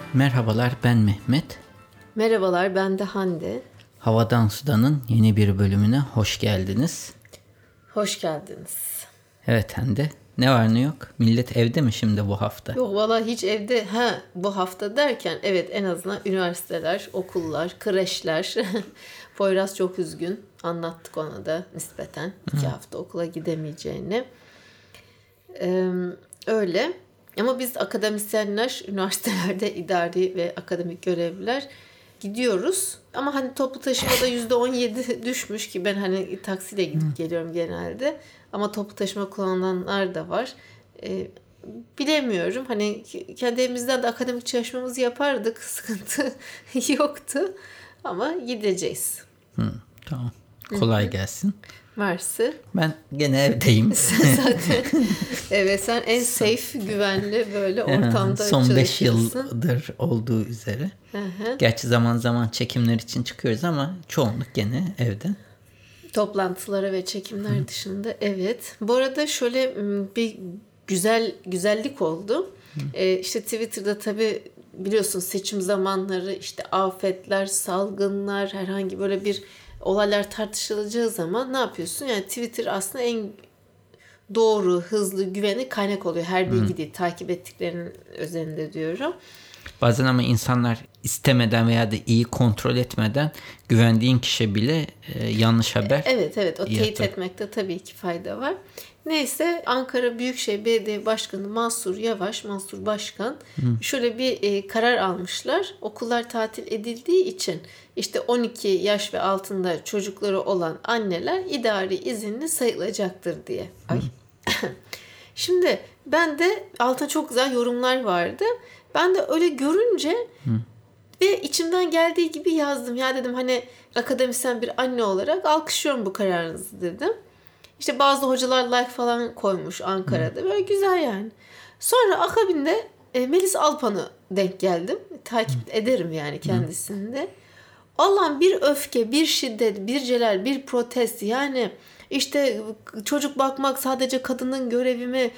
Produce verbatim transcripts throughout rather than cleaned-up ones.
Merhabalar, ben Mehmet. Merhabalar, ben de Hande. Havadan Sudan'ın yeni bir bölümüne hoş geldiniz. Hoş geldiniz. Evet Hande, ne var ne yok? Millet evde mi şimdi bu hafta? Yok valla hiç evde, ha bu hafta derken evet en azından üniversiteler, okullar, kreşler. Poyraz çok üzgün. Anlattık ona da nispeten iki Hı. hafta okula gidemeyeceğini. Ee, öyle. Ama biz akademisyenler, üniversitelerde idari ve akademik görevliler gidiyoruz. Ama hani toplu taşımada yüzde on yedi düşmüş ki ben hani taksiyle gidip geliyorum genelde. Ama toplu taşıma kullananlar da var. Ee, bilemiyorum. Hani kendi evimizden de akademik çalışmamızı yapardık. Sıkıntı yoktu. Ama gideceğiz. Hı, tamam. Kolay Hı-hı. gelsin. Mersi. Ben gene evdeyim. Sen zaten evet sen en safe, güvenli böyle ortamda son beş yıldır olduğu üzere. Hı-hı. Gerçi zaman zaman çekimler için çıkıyoruz ama çoğunluk gene evde. Toplantılara ve çekimler Hı. dışında evet. Bu arada şöyle bir güzel güzellik oldu. Ee, işte Twitter'da tabii biliyorsun seçim zamanları işte afetler, salgınlar, herhangi böyle bir olaylar tartışılacağı zaman ne yapıyorsun? Yani Twitter aslında en doğru, hızlı, güvenli kaynak oluyor. Her bilgi değil, takip ettiklerinin özelinde diyorum. Bazen ama insanlar istemeden veya da iyi kontrol etmeden güvendiğin kişi bile e, yanlış haber. Evet evet o teyit etmekte tabii ki fayda var. Neyse Ankara Büyükşehir Belediye Başkanı Mansur Yavaş, Mansur Başkan Hı. şöyle bir e, karar almışlar. Okullar tatil edildiği için işte on iki yaş ve altında çocukları olan anneler idari izinli sayılacaktır diye. Ay. Şimdi ben de altta çok güzel yorumlar vardı. Ben de öyle görünce Hı. ve içimden geldiği gibi yazdım. Ya dedim hani akademisyen bir anne olarak alkışlıyorum bu kararınızı dedim. İşte bazı hocalar like falan koymuş Ankara'da. Böyle güzel yani. Sonra akabinde e, Melis Alpan'ı denk geldim. Takip Hı. ederim yani kendisini de. Allah'ım bir öfke, bir şiddet, bir celal, bir protest. Yani işte çocuk bakmak sadece kadının görevi mi?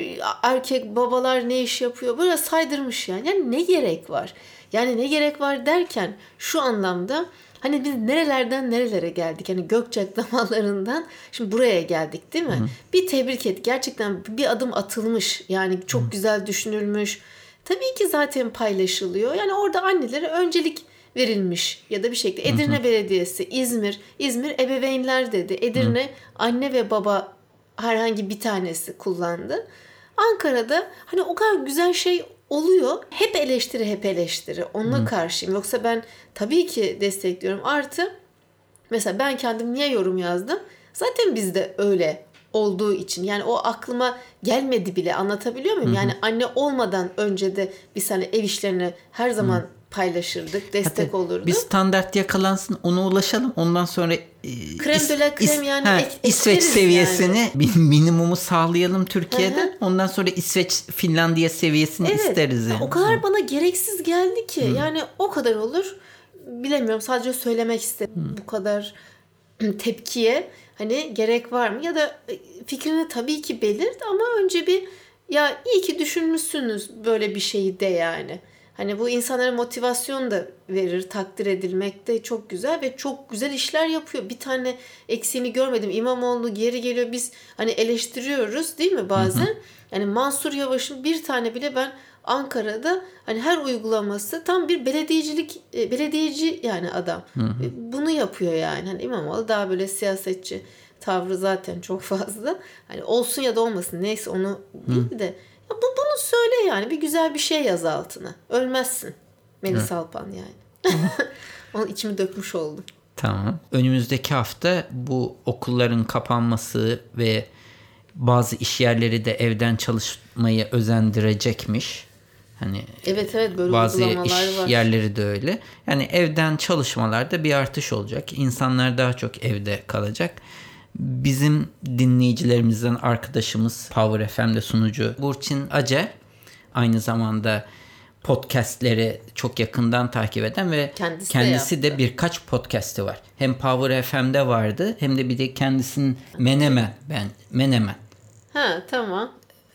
Erkek babalar ne iş yapıyor? Böyle saydırmış yani. Yani ne gerek var? Yani ne gerek var derken şu anlamda hani biz nerelerden nerelere geldik? Yani Gökçek damarlarından şimdi buraya geldik değil mi? Hı. Bir tebrik et. Gerçekten bir adım atılmış. Yani çok Hı. güzel düşünülmüş. Tabii ki zaten paylaşılıyor. Yani orada annelere öncelik verilmiş ya da bir şekilde. Edirne hı hı. Belediyesi, İzmir, İzmir ebeveynler dedi. Edirne hı. anne ve baba herhangi bir tanesi kullandı. Ankara'da hani o kadar güzel şey oluyor. Hep eleştiri, hep eleştiri. Onunla hı. karşıyım. Yoksa ben tabii ki destekliyorum. Artı mesela ben kendim niye yorum yazdım? Zaten bizde öyle olduğu için. Yani o aklıma gelmedi bile. Anlatabiliyor muyum? Hı hı. Yani anne olmadan önce de biz hani ev işlerini her zaman hı. paylaşırdık, destek Hatta olurdu. Bir standart yakalansın, ona ulaşalım. Ondan sonra e, krem is, de la krem is, yani ha, ek, İsveç seviyesini yani. bir minimumu sağlayalım Türkiye'de. Hı-hı. Ondan sonra İsveç, Finlandiya seviyesini evet. isteriz yani. O kadar bana gereksiz geldi ki. Hı. Yani o kadar olur. Bilemiyorum, sadece söylemek istedim. Hı. Bu kadar tepkiye hani gerek var mı? Ya da fikrini tabii ki belirt ama önce bir ya iyi ki düşünmüşsünüz böyle bir şeyi de yani. Hani bu insanlara motivasyon da verir, takdir edilmek de çok güzel ve çok güzel işler yapıyor. Bir tane eksiğini görmedim. İmamoğlu geri geliyor, biz hani eleştiriyoruz değil mi bazen? Hı hı. Yani Mansur Yavaş'ın bir tane bile ben Ankara'da hani her uygulaması tam bir belediyecilik, belediyeci yani adam. Hı hı. Bunu yapıyor yani. Hani İmamoğlu daha böyle siyasetçi tavrı zaten çok fazla. Hani olsun ya da olmasın neyse onu değil de. Ya bu bunu söyle yani. Bir güzel bir şey yaz altına. Ölmezsin. Melis Alpan yani. Onun içimi dökmüş oldum. Tamam. Önümüzdeki hafta bu okulların kapanması ve bazı iş yerleri de evden çalışmayı özendirecekmiş. Hani evet evet böyle bazı uygulamalar iş var. yerleri de öyle. Yani evden çalışmalarda bir artış olacak. İnsanlar daha çok evde kalacak. Bizim dinleyicilerimizden arkadaşımız Power F M'de sunucu Burçin Acer, aynı zamanda podcastleri çok yakından takip eden ve kendisi, kendisi de, de birkaç podcast'i var. Hem Power F M'de vardı hem de bir de kendisinin Menemen ben Menemen. Ha tamam.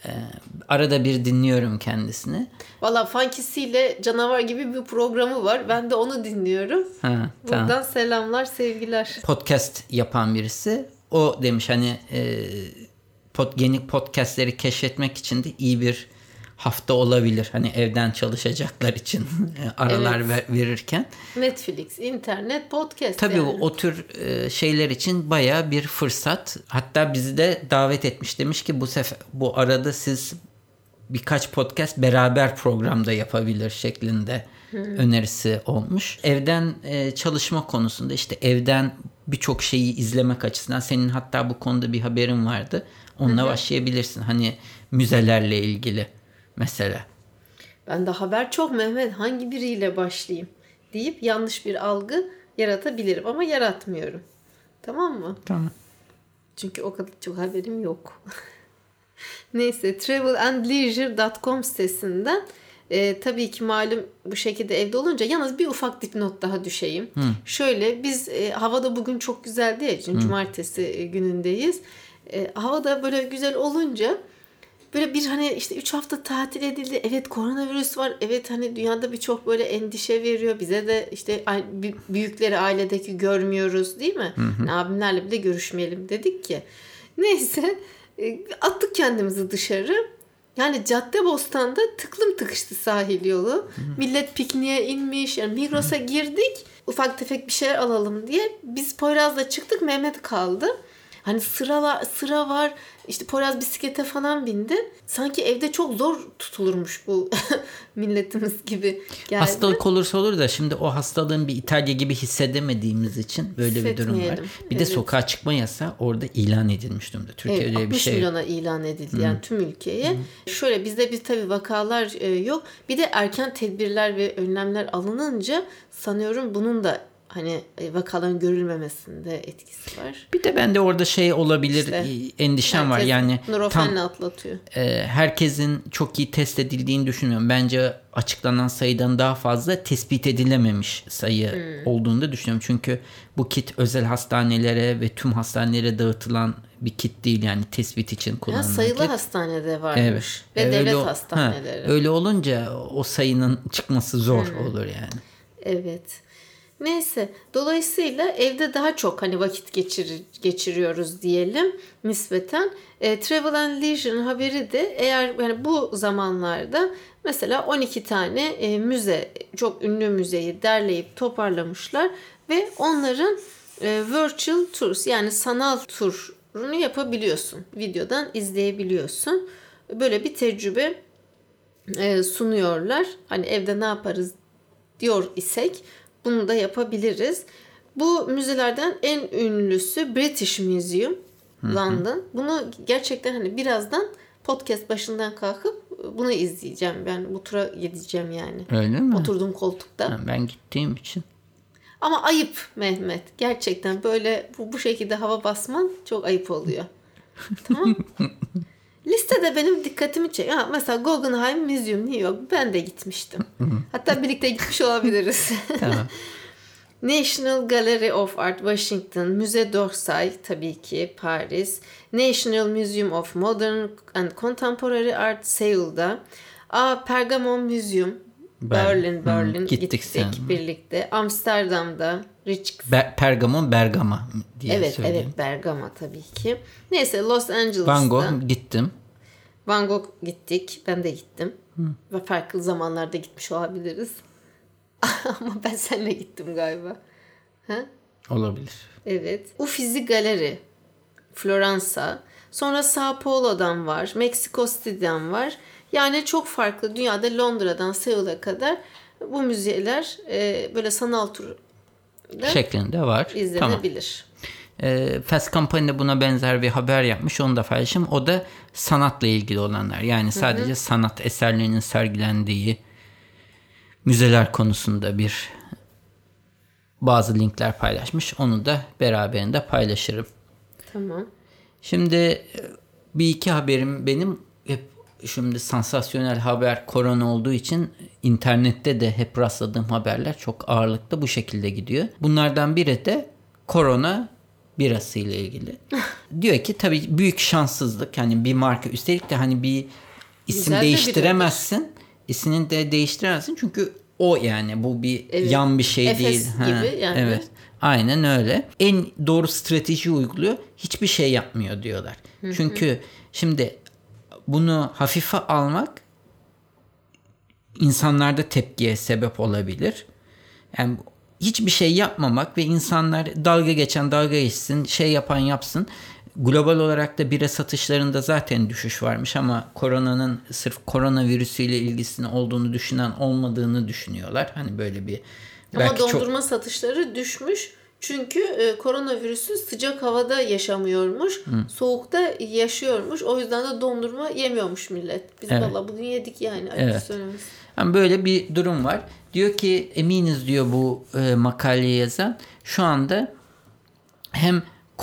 Ee, arada bir dinliyorum kendisini. Valla Funkisi'yle canavar gibi bir programı var. Ben de onu dinliyorum. Ha, Buradan tamam. selamlar, sevgiler. Podcast yapan birisi. O demiş hani e, pod, yeni podcastleri keşfetmek için de iyi bir hafta olabilir. Hani evden çalışacaklar için aralar evet. ver, verirken. Netflix, internet, podcast. Tabii yani. o, o tür e, şeyler için bayağı bir fırsat. Hatta bizi de davet etmiş. Demiş ki bu sefer bu arada siz birkaç podcast beraber programda yapabilir şeklinde hmm. önerisi olmuş. Evden e, çalışma konusunda işte evden birçok şeyi izlemek açısından senin hatta bu konuda bir haberin vardı. Onunla hmm. başlayabilirsin. Hani müzelerle ilgili mesela. Ben de haber çok Mehmet, hangi biriyle başlayayım deyip yanlış bir algı yaratabilirim ama yaratmıyorum. Tamam mı? Tamam. Çünkü o kadar çok haberim yok. Neyse, travel and leisure dot com sitesinden e, tabii ki malum bu şekilde evde olunca yalnız bir ufak dipnot daha düşeyim. Hı. Şöyle biz e, havada bugün çok güzeldi ya, çünkü cumartesi e, günündeyiz. E, havada böyle güzel olunca böyle bir hani işte üç hafta tatil edildi. Evet, koronavirüs var. Evet, hani dünyada birçok böyle endişe veriyor. Bize de işte büyükleri ailedeki görmüyoruz değil mi? Hı hı. Yani abimlerle bile görüşmeyelim dedik ki. Neyse attık kendimizi dışarı. Yani Caddebostan'da tıklım tıkıştı sahil yolu. Hı. Millet pikniğe inmiş. Yani Migros'a girdik. Ufak tefek bir şeyler alalım diye. Biz Poyraz'la çıktık. Mehmet kaldı. Hani sıra, sıra var. İşte Poyraz bisiklete falan bindi. Sanki evde çok zor tutulurmuş bu milletimiz gibi geldi. Hastalık olursa olur da şimdi o hastalığın bir İtalya gibi hissedemediğimiz için böyle bir durum var. Bir evet. de sokağa çıkma yasağı orada ilan edilmiş durumda. Türkiye'de evet, öyle bir şey. altmış milyona ilan edildi yani tüm ülkeye. Hı. Şöyle bizde bir tabii vakalar yok. Bir de erken tedbirler ve önlemler alınınca sanıyorum bunun da hani vakaların görülmemesinde etkisi var. Bir de bende orada şey olabilir işte, endişem var. Yani Nurofen'le atlatıyor. E, herkesin çok iyi test edildiğini düşünüyorum. Bence açıklanan sayıdan daha fazla tespit edilememiş sayı hmm. olduğunu da düşünüyorum. Çünkü bu kit özel hastanelere ve tüm hastanelere dağıtılan bir kit değil, yani tespit için kullanılan ya sayılı kit. hastanede varmış evet. ve öyle, devlet hastaneleri. Ha, öyle olunca o sayının çıkması zor hmm. olur yani. Evet. Neyse, dolayısıyla evde daha çok hani vakit geçir, geçiriyoruz diyelim nispeten. E, Travel and Leisure'ın haberi de eğer yani bu zamanlarda mesela on iki tane e, müze, çok ünlü müzeyi derleyip toparlamışlar ve onların e, virtual tours, yani sanal turunu yapabiliyorsun. Videodan izleyebiliyorsun. Böyle bir tecrübe e, sunuyorlar. Hani evde ne yaparız diyor isek bunu da yapabiliriz. Bu müzelerden en ünlüsü British Museum, hı-hı, London. Bunu gerçekten hani birazdan podcast başından kalkıp bunu izleyeceğim. Ben bu tura gideceğim yani. Öyle mi? Oturduğum koltukta. Ben gittiğim için. Ama ayıp Mehmet. Gerçekten böyle bu, bu şekilde hava basman çok ayıp oluyor. Tamam. Listede benim dikkatimi çekiyor. Ha, mesela Guggenheim Museum New York. Ben de gitmiştim. Hatta birlikte gitmiş olabiliriz. Tamam. National Gallery of Art Washington, Musée d'Orsay tabii ki Paris, National Museum of Modern and Contemporary Art Seul'da, Aa, Pergamon Museum, Berlin, Berlin hmm, gittik, gittik birlikte. Amsterdam'da Rich... Be- Pergamon, Bergama diye evet, söyleyeyim. Evet, Bergama tabii ki. Neyse, Los Angeles'ta. Van Gogh gittim. Van Gogh gittik. Ben de gittim. Hmm. Ve farklı zamanlarda gitmiş olabiliriz. Ama ben seninle gittim galiba. Ha? Olabilir. Evet. Uffizi Galeri, Floransa. Sonra Sao Paulo'dan var. Meksiko City'den var. Yani çok farklı. Dünyada Londra'dan Seul'a kadar bu müzeler e, böyle sanal tur şeklinde var. İzlenebilir. Tamam. E, Fast Company'de buna benzer bir haber yapmış. Onu da paylaşayım. O da sanatla ilgili olanlar. Yani sadece Hı-hı. sanat eserlerinin sergilendiği müzeler konusunda bir bazı linkler paylaşmış. Onu da beraberinde paylaşırım. Tamam. Şimdi bir iki haberim benim hep şimdi sansasyonel haber korona olduğu için internette de hep rastladığım haberler çok ağırlıklı bu şekilde gidiyor. Bunlardan biri de korona birası ile ilgili. Diyor ki tabii büyük şanssızlık. Hani bir marka, üstelik de hani bir isim Güzel de değiştiremezsin. İsmini de değiştiremezsin çünkü o, yani bu bir Evet. yan bir şey Efes değil. gibi yani. Evet. Aynen öyle. En doğru strateji uyguluyor. Hiçbir şey yapmıyor diyorlar. Hı-hı. Çünkü şimdi bunu hafife almak insanlarda tepkiye sebep olabilir. Yani hiçbir şey yapmamak ve insanlar dalga geçen dalga geçsin, şey yapan yapsın. Global olarak da bira satışlarında zaten düşüş varmış ama koronanın sırf koronavirüsüyle ilgisinin olduğunu düşünen olmadığını düşünüyorlar. Hani böyle bir ama dondurma çok... satışları düşmüş. Çünkü e, koronavirüsü sıcak havada yaşamıyormuş. Hı. Soğukta yaşıyormuş. O yüzden de dondurma yemiyormuş millet. Biz evet. Valla bugün yedik yani. Evet. Yani böyle bir durum var. Diyor ki eminiz diyor bu e, makaleyi yazan, şu anda hem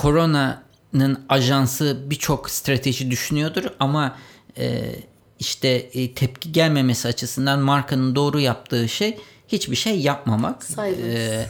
koronanın ajansı birçok strateji düşünüyordur ama e, işte e, tepki gelmemesi açısından markanın doğru yaptığı şey hiçbir şey yapmamak. E,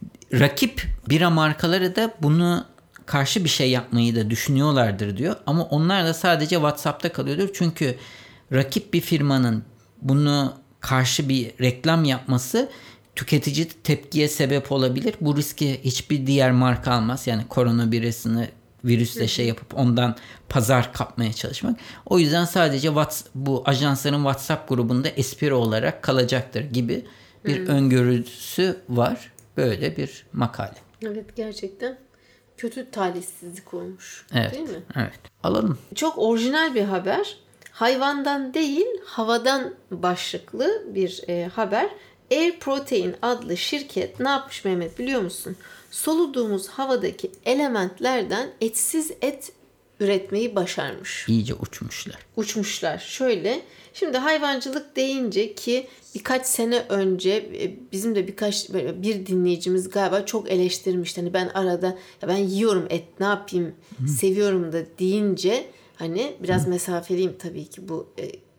rakip bira markaları da bunu karşı bir şey yapmayı da düşünüyorlardır diyor ama onlar da sadece WhatsApp'ta kalıyordur. Çünkü rakip bir firmanın bunu karşı bir reklam yapması tüketici tepkiye sebep olabilir. Bu riski hiçbir diğer marka almaz. Yani korona birasını virüsle şey yapıp ondan pazar kapmaya çalışmak. O yüzden sadece WhatsApp, bu ajansların WhatsApp grubunda espri olarak kalacaktır gibi bir hmm. öngörüsü var. Böyle bir makale. Evet, gerçekten kötü talihsizlik olmuş. Evet, değil mi? Evet. Alalım. Çok orijinal bir haber. Hayvandan değil, havadan başlıklı bir e, haber. Air Protein adlı şirket ne yapmış Mehmet biliyor musun? Soluduğumuz havadaki elementlerden etsiz et üretmeyi başarmış. İyice uçmuşlar. Uçmuşlar. Şöyle, şimdi hayvancılık deyince ki birkaç sene önce bizim de birkaç bir dinleyicimiz galiba çok eleştirmişti. Hani ben arada ya ben yiyorum et, ne yapayım, Hı. seviyorum da deyince hani biraz Hı. mesafeliyim tabii ki bu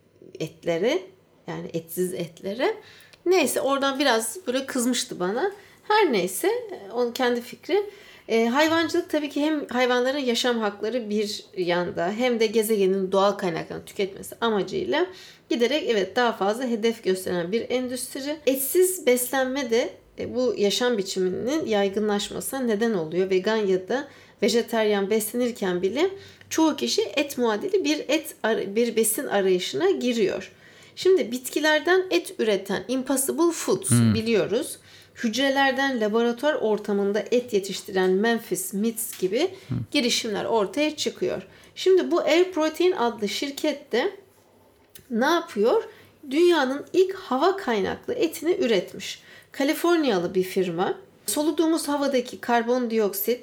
etlere, yani etsiz etlere. Neyse, oradan biraz böyle kızmıştı bana. Her neyse, onun kendi fikri. E, hayvancılık tabii ki hem hayvanların yaşam hakları bir yanda hem de gezegenin doğal kaynaklarını tüketmesi amacıyla giderek evet daha fazla hedef gösteren bir endüstri. Etsiz beslenme de e, bu yaşam biçiminin yaygınlaşmasına neden oluyor. Vegan ya da vejetaryen beslenirken bile çoğu kişi et muadili bir et bir besin arayışına giriyor. Şimdi bitkilerden et üreten Impossible Foods hmm. biliyoruz. Hücrelerden laboratuvar ortamında et yetiştiren Memphis Meats gibi hmm. girişimler ortaya çıkıyor. Şimdi bu Air Protein adlı şirket de ne yapıyor? Dünyanın ilk hava kaynaklı etini üretmiş. Kaliforniyalı bir firma. Soluduğumuz havadaki karbondioksit,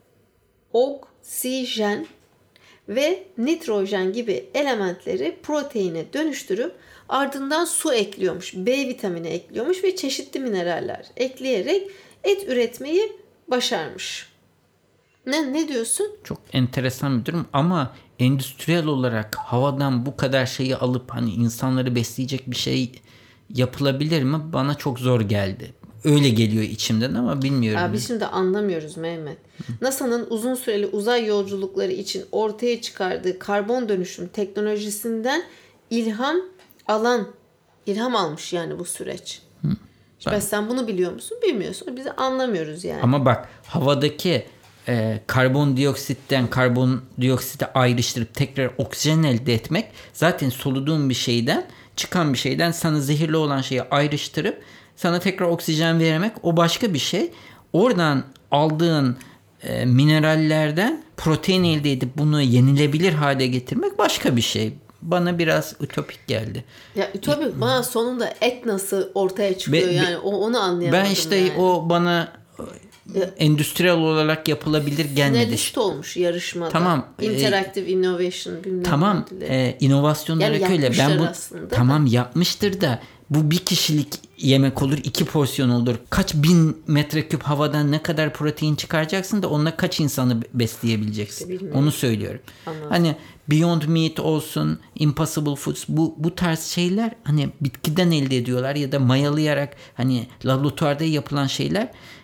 oksijen ve nitrojen gibi elementleri proteine dönüştürüp ardından su ekliyormuş, B vitamini ekliyormuş ve çeşitli mineraller ekleyerek et üretmeyi başarmış. Ne ne diyorsun? Çok enteresan bir durum ama endüstriyel olarak havadan bu kadar şeyi alıp hani insanları besleyecek bir şey yapılabilir mi? Bana çok zor geldi. Öyle geliyor içimden ama bilmiyorum. Abi şimdi anlamıyoruz Mehmet. NASA'nın uzun süreli uzay yolculukları için ortaya çıkardığı karbon dönüşüm teknolojisinden ilham alan, ilham almış yani bu süreç. Hı, ben... Sen bunu biliyor musun? Bilmiyorsun. Biz anlamıyoruz yani. Ama bak, havadaki e, karbondioksitten karbondioksiti ayrıştırıp tekrar oksijen elde etmek zaten soluduğun bir şeyden, çıkan bir şeyden sana zehirli olan şeyi ayrıştırıp sana tekrar oksijen vermek, o başka bir şey. Oradan aldığın e, minerallerden protein elde edip bunu yenilebilir hale getirmek başka bir şey. Bana biraz ütopik geldi. Ya ütopik, bana sonunda et nasıl ortaya çıkıyor be, yani o, onu anlayamadım. Ben işte yani. o bana ya, endüstriyel olarak yapılabilir gelmedi. Finalist olmuş yarışmada. Tamam. Interactive e, Innovation bilmem tamam. E, inovasyon olarak yani öyle. Ben bu aslında, tamam da. Yapmıştır da bu bir kişilik yemek olur, iki porsiyon olur. Kaç bin metreküp havadan ne kadar protein çıkaracaksın da onunla kaç insanı besleyebileceksin? İşte onu söylüyorum. Anladım. Hani Beyond Meat olsun, Impossible Foods, bu bu tarz şeyler hani bitkiden elde ediyorlar ya da mayalayarak hani laboratuvarda yapılan şeyler.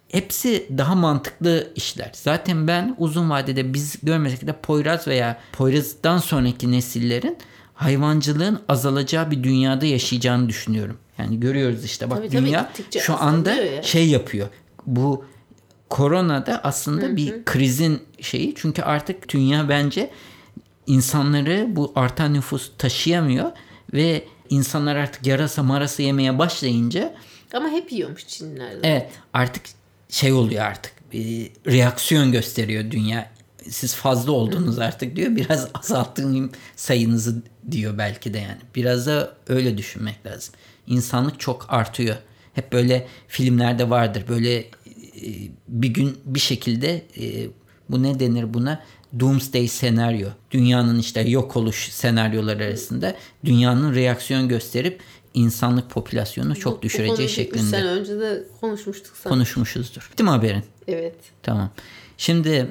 hepsi daha mantıklı işler. Zaten ben uzun vadede biz görmesek de Poyraz veya Poyraz'dan sonraki nesillerin hayvancılığın azalacağı bir dünyada yaşayacağını düşünüyorum. Yani görüyoruz işte bak, tabii, dünya tabii, şu anda ya. şey yapıyor. Bu korona da aslında hı hı. bir krizin şeyi. Çünkü artık dünya bence insanları bu artan nüfus taşıyamıyor ve insanlar artık yarasa marası yemeye başlayınca, ama hep yiyormuş Çinliler. Evet, artık şey oluyor, artık bir reaksiyon gösteriyor dünya. Siz fazla oldunuz artık diyor. Biraz azaltayım sayınızı diyor belki de yani. Biraz da öyle düşünmek lazım. İnsanlık çok artıyor. Hep böyle filmlerde vardır. Böyle bir gün bir şekilde bu ne denir buna? Doomsday senaryo. Dünyanın işte yok oluş senaryoları arasında dünyanın reaksiyon gösterip insanlık popülasyonunu çok bu, düşüreceği bu şeklinde. üç sene önce de konuşmuştuk sanki. Konuşmuşuzdur. Değil mi haberin? Evet. Tamam. Şimdi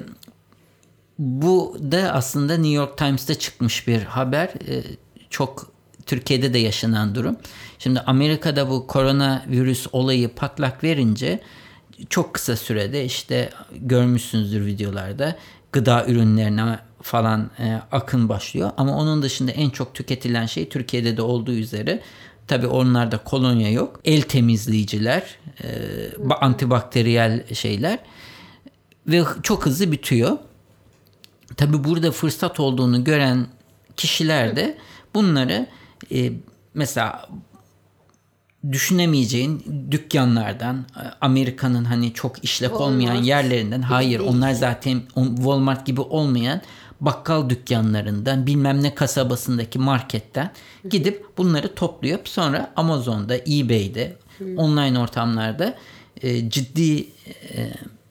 bu da aslında New York Times'ta çıkmış bir haber. Ee, çok Türkiye'de de yaşanan durum. Şimdi Amerika'da bu koronavirüs olayı patlak verince çok kısa sürede işte görmüşsünüzdür videolarda gıda ürünlerine falan e, akın başlıyor. Ama onun dışında en çok tüketilen şey Türkiye'de de olduğu üzere, tabii onlarda kolonya yok, el temizleyiciler, e, antibakteriyel şeyler ve çok hızlı bitiyor. Tabii burada fırsat olduğunu gören kişiler de bunları e, mesela düşünemeyeceğin dükkanlardan, Amerika'nın hani çok işlek Walmart olmayan yerlerinden, hayır onlar zaten Walmart gibi olmayan bakkal dükkanlarından, bilmem ne kasabasındaki marketten gidip bunları toplayıp sonra Amazon'da, eBay'de, hmm. online ortamlarda e, ciddi e,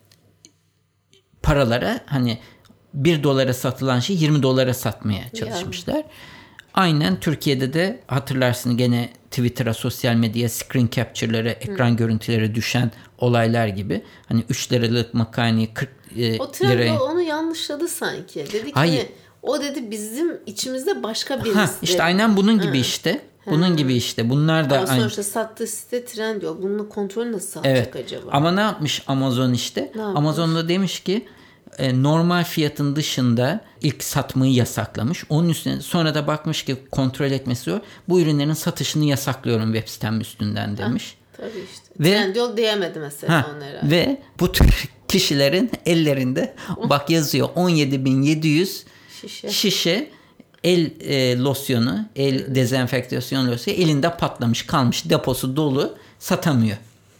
paralara, hani bir dolara satılan şey yirmi dolara satmaya çalışmışlar. Ya. Aynen Türkiye'de de hatırlarsın gene Twitter'a, sosyal medyaya screen capture'ları, ekran hmm. görüntüleri düşen olaylar gibi. Hani üç liralık makarnayı kırk e, o liraya. O onu yanlışladı sanki. Dedi ki hayır. O dedi bizim içimizde başka birisi. Ha, işte aynen bunun gibi ha. işte. Bunun ha. gibi işte. Bunlar da ama sonuçta aynı. Sattığı site Trendyol. Bunun kontrolü nasıl sağlayacak evet. acaba? Ama ne yapmış Amazon işte? Amazon'da demiş ki normal fiyatın dışında ilk satmayı yasaklamış. Onun üstüne sonra da bakmış ki kontrol etmesi zor. Bu ürünlerin satışını yasaklıyorum web sitem üstünden demiş. Ha, tabii işte. Ve, Trendyol diyemedi mesela ha, onlara. Ve bu tür kişilerin ellerinde bak yazıyor on yedi bin yedi yüz şişe, şişe el e, losyonu, el dezenfektasyon losyonu elinde patlamış kalmış, deposu dolu, satamıyor.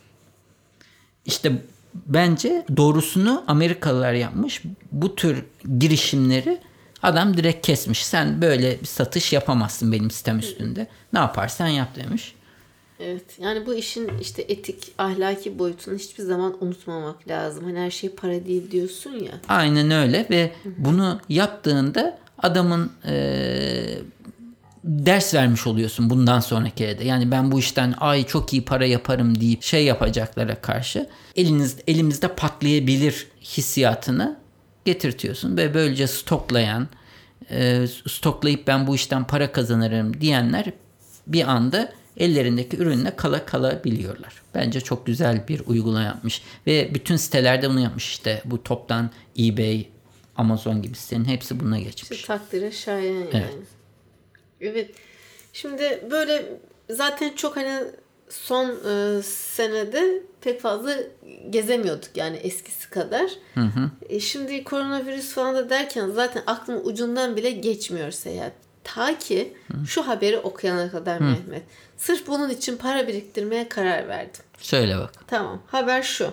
İşte bence doğrusunu Amerikalılar yapmış. Bu tür girişimleri adam direkt kesmiş. Sen böyle bir satış yapamazsın benim sitem üstünde. Ne yaparsan yap demiş. Evet. Yani bu işin işte etik, ahlaki boyutunu hiçbir zaman unutmamak lazım. Hani her şey para değil diyorsun ya. Aynen öyle ve bunu yaptığında adamın ee, ders vermiş oluyorsun bundan sonraki yerde. Yani ben bu işten ay çok iyi para yaparım deyip şey yapacaklara karşı eliniz elimizde patlayabilir hissiyatını getirtiyorsun ve böylece stoklayan, e, stoklayıp ben bu işten para kazanırım diyenler bir anda ellerindeki ürünle kala kalabiliyorlar. Bence çok güzel bir uygulama yapmış ve bütün sitelerde bunu yapmış işte. Bu toptan eBay, Amazon gibi sitenin hepsi buna geçmiş. İşte takdire şayan yani. Evet. Evet. Şimdi böyle zaten çok hani son e, senede pek fazla gezemiyorduk yani eskisi kadar. Hı hı. E, şimdi koronavirüs falan da derken zaten aklımın ucundan bile geçmiyor seyahat. Ta ki hı. şu haberi okuyana kadar hı. Mehmet. Sırf bunun için para biriktirmeye karar verdim. Söyle bak. Tamam. Haber şu.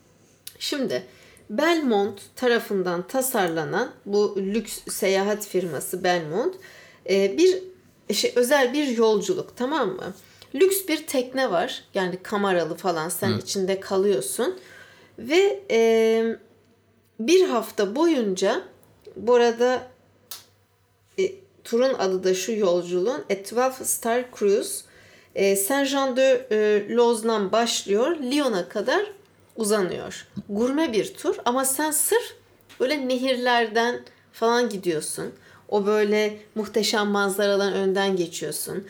Şimdi Belmont tarafından tasarlanan bu lüks seyahat firması Belmont e, bir şey, özel bir yolculuk, tamam mı? Lüks bir tekne var. Yani kameralı falan, sen Hı. içinde kalıyorsun. Ve e, bir hafta boyunca bu arada e, turun adı da şu yolculuğun A twelve Star Cruise. E, Saint-Jean-de-Loz'dan başlıyor. Lyon'a kadar uzanıyor. Gurme bir tur ama sen sırf böyle nehirlerden falan gidiyorsun. O böyle muhteşem manzaraların önden geçiyorsun.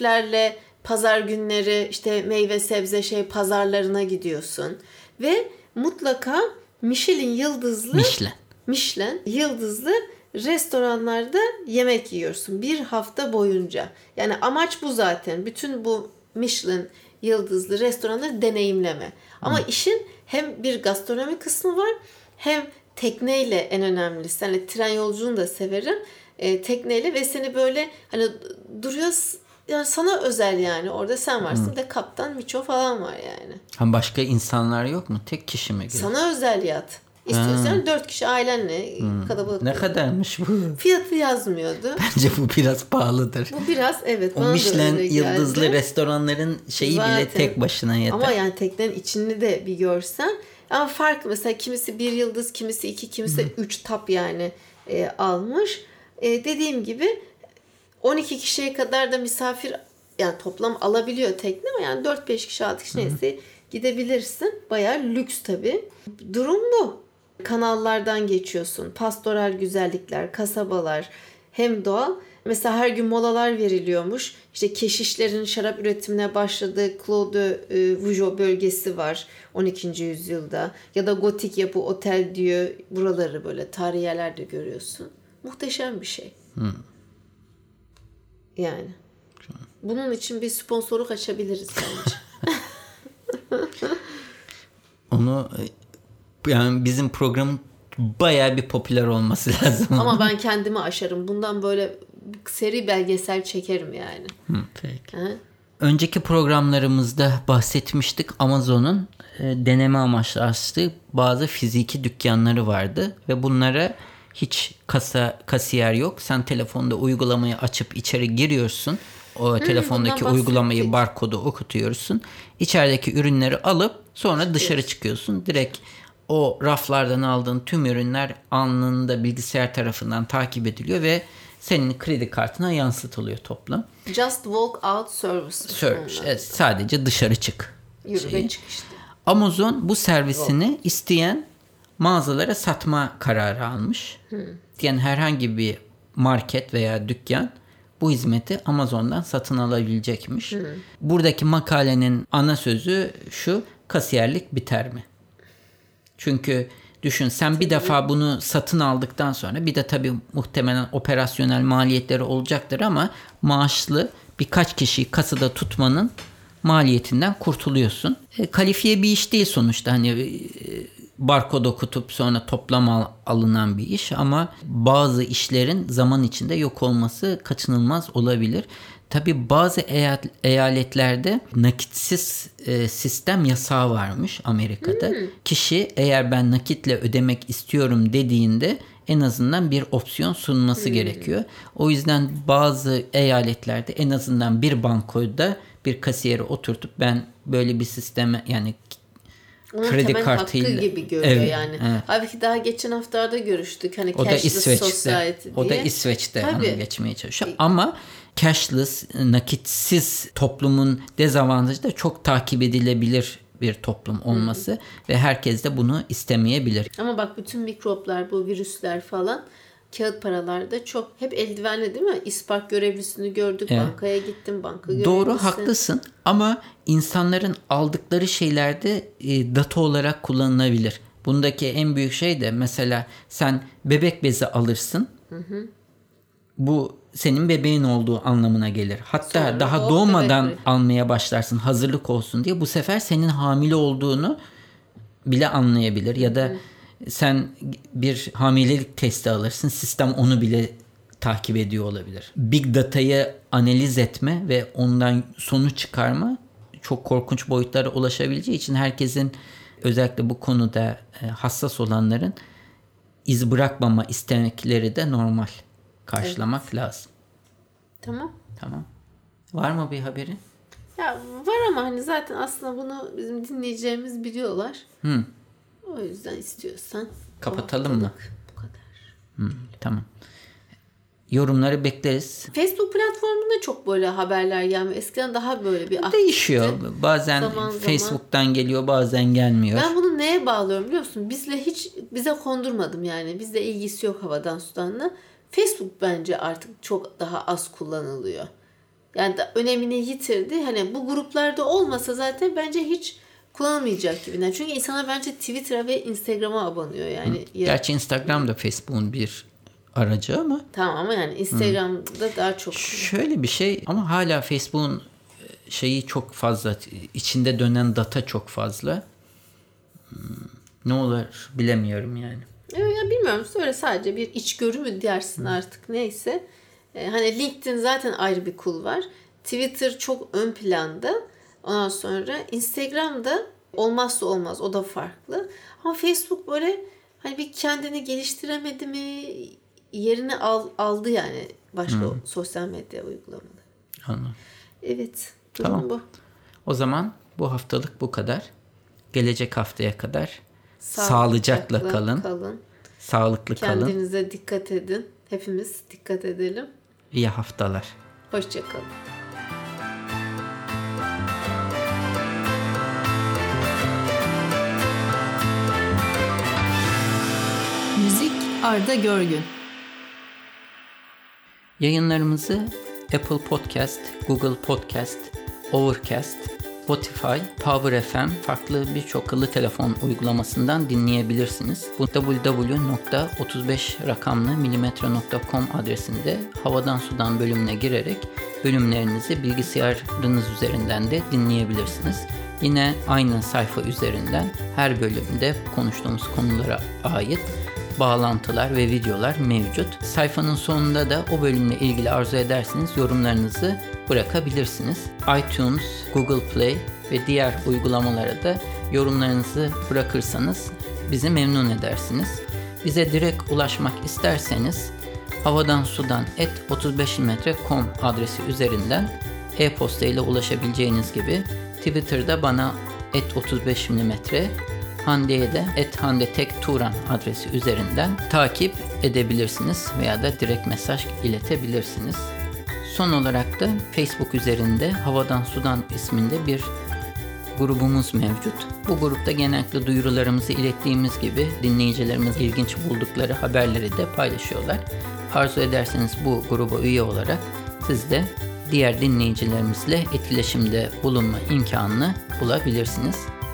Şeflerle pazar günleri işte meyve sebze şey pazarlarına gidiyorsun. Ve mutlaka Michelin yıldızlı Michelin. Michelin yıldızlı restoranlarda yemek yiyorsun bir hafta boyunca. Yani amaç bu zaten. Bütün bu Michelin yıldızlı restoranları deneyimleme. Ama hmm. işin hem bir gastronomi kısmı var, hem tekneyle en önemlisi. Hani tren yolculuğunu da severim. E, tekneyle ve seni böyle hani duruyor, yani sana özel yani. Orada sen varsın. Bir de kaptan Miço falan var yani. Ha, başka insanlar yok mu? Tek kişi mi? Sana özel yat. İstiyorsan hmm. dört kişi ailenle hmm. kalabalık. Ne kadarmış bu? Fiyatı yazmıyordu. Bence bu biraz pahalıdır. Bu biraz evet. O Michelin yıldızlı restoranların şeyi zaten, bile tek başına yeter. Ama yani teknenin içini de bir görsen. Ama fark mesela kimisi bir yıldız, kimisi iki, kimisi hmm. üç tap yani e, almış. E, dediğim gibi on iki kişiye kadar da misafir yani toplam alabiliyor tekne ama yani dört beş kişi altı kişi neyse gidebilirsin. Bayağı lüks tabii. Durum bu. Kanallardan geçiyorsun. Pastoral güzellikler, kasabalar hem doğal. Mesela her gün molalar veriliyormuş. İşte keşişlerin şarap üretimine başladığı Clos de Vougeot bölgesi var on ikinci yüzyılda. Ya da gotik yapı Otel Dieu, buraları böyle tarihi yerlerde görüyorsun. Muhteşem bir şey. Hmm. Yani. Bunun için bir sponsorluk açabiliriz bence. Onu yani bizim programın bayağı bir popüler olması lazım. Ama ben kendimi aşarım. Bundan böyle seri belgesel çekerim yani. Hı, peki. He? Önceki programlarımızda bahsetmiştik. Amazon'un e, deneme amaçlı açtığı bazı fiziki dükkanları vardı ve bunlara hiç kasa kasiyer yok. Sen telefonda uygulamayı açıp içeri giriyorsun. O hmm, telefondaki uygulamayı, barkodu okutuyorsun. İçerideki ürünleri alıp sonra dışarı çıkıyorsun. Direkt o raflardan aldığın tüm ürünler anında bilgisayar tarafından takip ediliyor ve senin kredi kartına yansıtılıyor toplam. Just walk out service. Service. Evet, sadece dışarı çık. Yürü ve çık işte. Amazon bu servisini walk. isteyen mağazalara satma kararı almış. Hmm. Yani herhangi bir market veya dükkan bu hizmeti Amazon'dan satın alabilecekmiş. Hmm. Buradaki makalenin ana sözü şu: kasiyerlik biter mi? Çünkü düşün, sen bir defa bunu satın aldıktan sonra bir de tabii muhtemelen operasyonel maliyetleri olacaktır ama maaşlı birkaç kişiyi kasada tutmanın maliyetinden kurtuluyorsun. E, kalifiye bir iş değil sonuçta, hani e, barkod okutup sonra toplam al, alınan bir iş ama bazı işlerin zaman içinde yok olması kaçınılmaz olabilir. Tabii bazı eyaletlerde nakitsiz e, sistem yasağı varmış Amerika'da. Hmm. Kişi eğer ben nakitle ödemek istiyorum dediğinde en azından bir opsiyon sunması hmm. gerekiyor. O yüzden bazı eyaletlerde en azından bir bankoda bir kasiyeri oturtup ben böyle bir sisteme, yani onun kredi kartıyla hakkı gibi görüyor evet, yani. Evet. Halbuki daha geçen haftalarda görüştük. Hani o da İsveç'te. O da İsveç'te Tabii. onu geçmeye çalışıyor. Ama cashless, nakitsiz toplumun dezavantajı da çok takip edilebilir bir toplum olması Hı-hı. ve herkes de bunu istemeyebilir. Ama bak bütün mikroplar, bu virüsler falan kağıt paralarda çok hep eldivenli değil mi? İspark görevlisini gördük, evet. bankaya gittim, banka görevlisi. Doğru, haklısın ama insanların aldıkları şeylerde e, data olarak kullanılabilir. Bundaki en büyük şey de mesela sen bebek bezi alırsın. Hı hı. Bu senin bebeğin olduğu anlamına gelir. Hatta Sonra daha doğmadan bebekleri. almaya başlarsın hazırlık olsun diye. Bu sefer senin hamile olduğunu bile anlayabilir. Ya da Hı. sen bir hamilelik testi alırsın. Sistem onu bile takip ediyor olabilir. Big data'yı analiz etme ve ondan sonuç çıkarma çok korkunç boyutlara ulaşabileceği için herkesin, özellikle bu konuda hassas olanların iz bırakmama istekleri de normal. Karşılamak evet. lazım. Tamam. Tamam. Var mı bir haberin? Ya var ama hani zaten aslında bunu bizim dinleyeceğimiz biliyorlar. Hı. O yüzden istiyorsan kapatalım mı? Bu kadar. Hı, tamam. Yorumları bekleriz. Facebook platformunda çok böyle haberler gelmiyor. Eskiden daha böyle bir aktifti. Değişiyor. Bazen zaman Facebook'tan zaman. geliyor, bazen gelmiyor. Ben bunu neye bağlıyorum biliyor musun? Bizle hiç bize kondurmadım yani. Bizle ilgisi yok havadan sudanla. Facebook bence artık çok daha az kullanılıyor. Yani da önemini yitirdi. Hani bu gruplarda olmasa zaten bence hiç kullanılmayacak gibi. Çünkü insanlar bence Twitter'a ve Instagram'a abanıyor yani. Hı. Gerçi Instagram da Facebook'un bir aracı ama. Tamam ama yani Instagram'da Hı. daha çok. Şöyle bir şey ama hala Facebook'un şeyi çok fazla, içinde dönen data çok fazla. Ne olur bilemiyorum yani. Ya bilmiyorum, öyle sadece bir içgörü mü dersin artık, neyse. Ee, hani LinkedIn zaten ayrı bir kul var. Twitter çok ön planda. Ondan sonra Instagram'da olmazsa olmaz, o da farklı. Ama Facebook böyle hani bir kendini geliştiremedi mi, yerini al, aldı yani başka hmm. sosyal medya uygulamaları. Anladım. Evet. Durum tamam. bu. O zaman bu haftalık bu kadar. Gelecek haftaya kadar sağlıcakla, sağlıcakla kalın. kalın. Sağlıklı Kendinize kalın. Kendinize dikkat edin. Hepimiz dikkat edelim. İyi haftalar. Hoşça kalın. Müzik Arda Görgün. Yayınlarımızı Apple Podcast, Google Podcast, Overcast, Spotify, Power F M farklı birçok akıllı telefon uygulamasından dinleyebilirsiniz. Bu double-u double-u double-u nokta otuz beş rakamlı milimetre nokta com adresinde Havadan Sudan bölümüne girerek bölümlerinizi bilgisayarınız üzerinden de dinleyebilirsiniz. Yine aynı sayfa üzerinden her bölümde konuştuğumuz konulara ait bağlantılar ve videolar mevcut. Sayfanın sonunda da o bölümle ilgili arzu ederseniz yorumlarınızı bırakabilirsiniz. iTunes, Google Play ve diğer uygulamalara da yorumlarınızı bırakırsanız bizi memnun edersiniz. Bize direkt ulaşmak isterseniz havadan sudan at otuz beş milimetre nokta com adresi üzerinden e-posta ile ulaşabileceğiniz gibi Twitter'da bana at otuz beş milimetre, Hande'ye de at Hande Tek Turan adresi üzerinden takip edebilirsiniz veya da direkt mesaj iletebilirsiniz. Son olarak da Facebook üzerinde Havadan Sudan isminde bir grubumuz mevcut. Bu grupta genellikle duyurularımızı ilettiğimiz gibi dinleyicilerimiz ilginç buldukları haberleri de paylaşıyorlar. Arzu ederseniz bu gruba üye olarak siz de diğer dinleyicilerimizle etkileşimde bulunma imkanını bulabilirsiniz.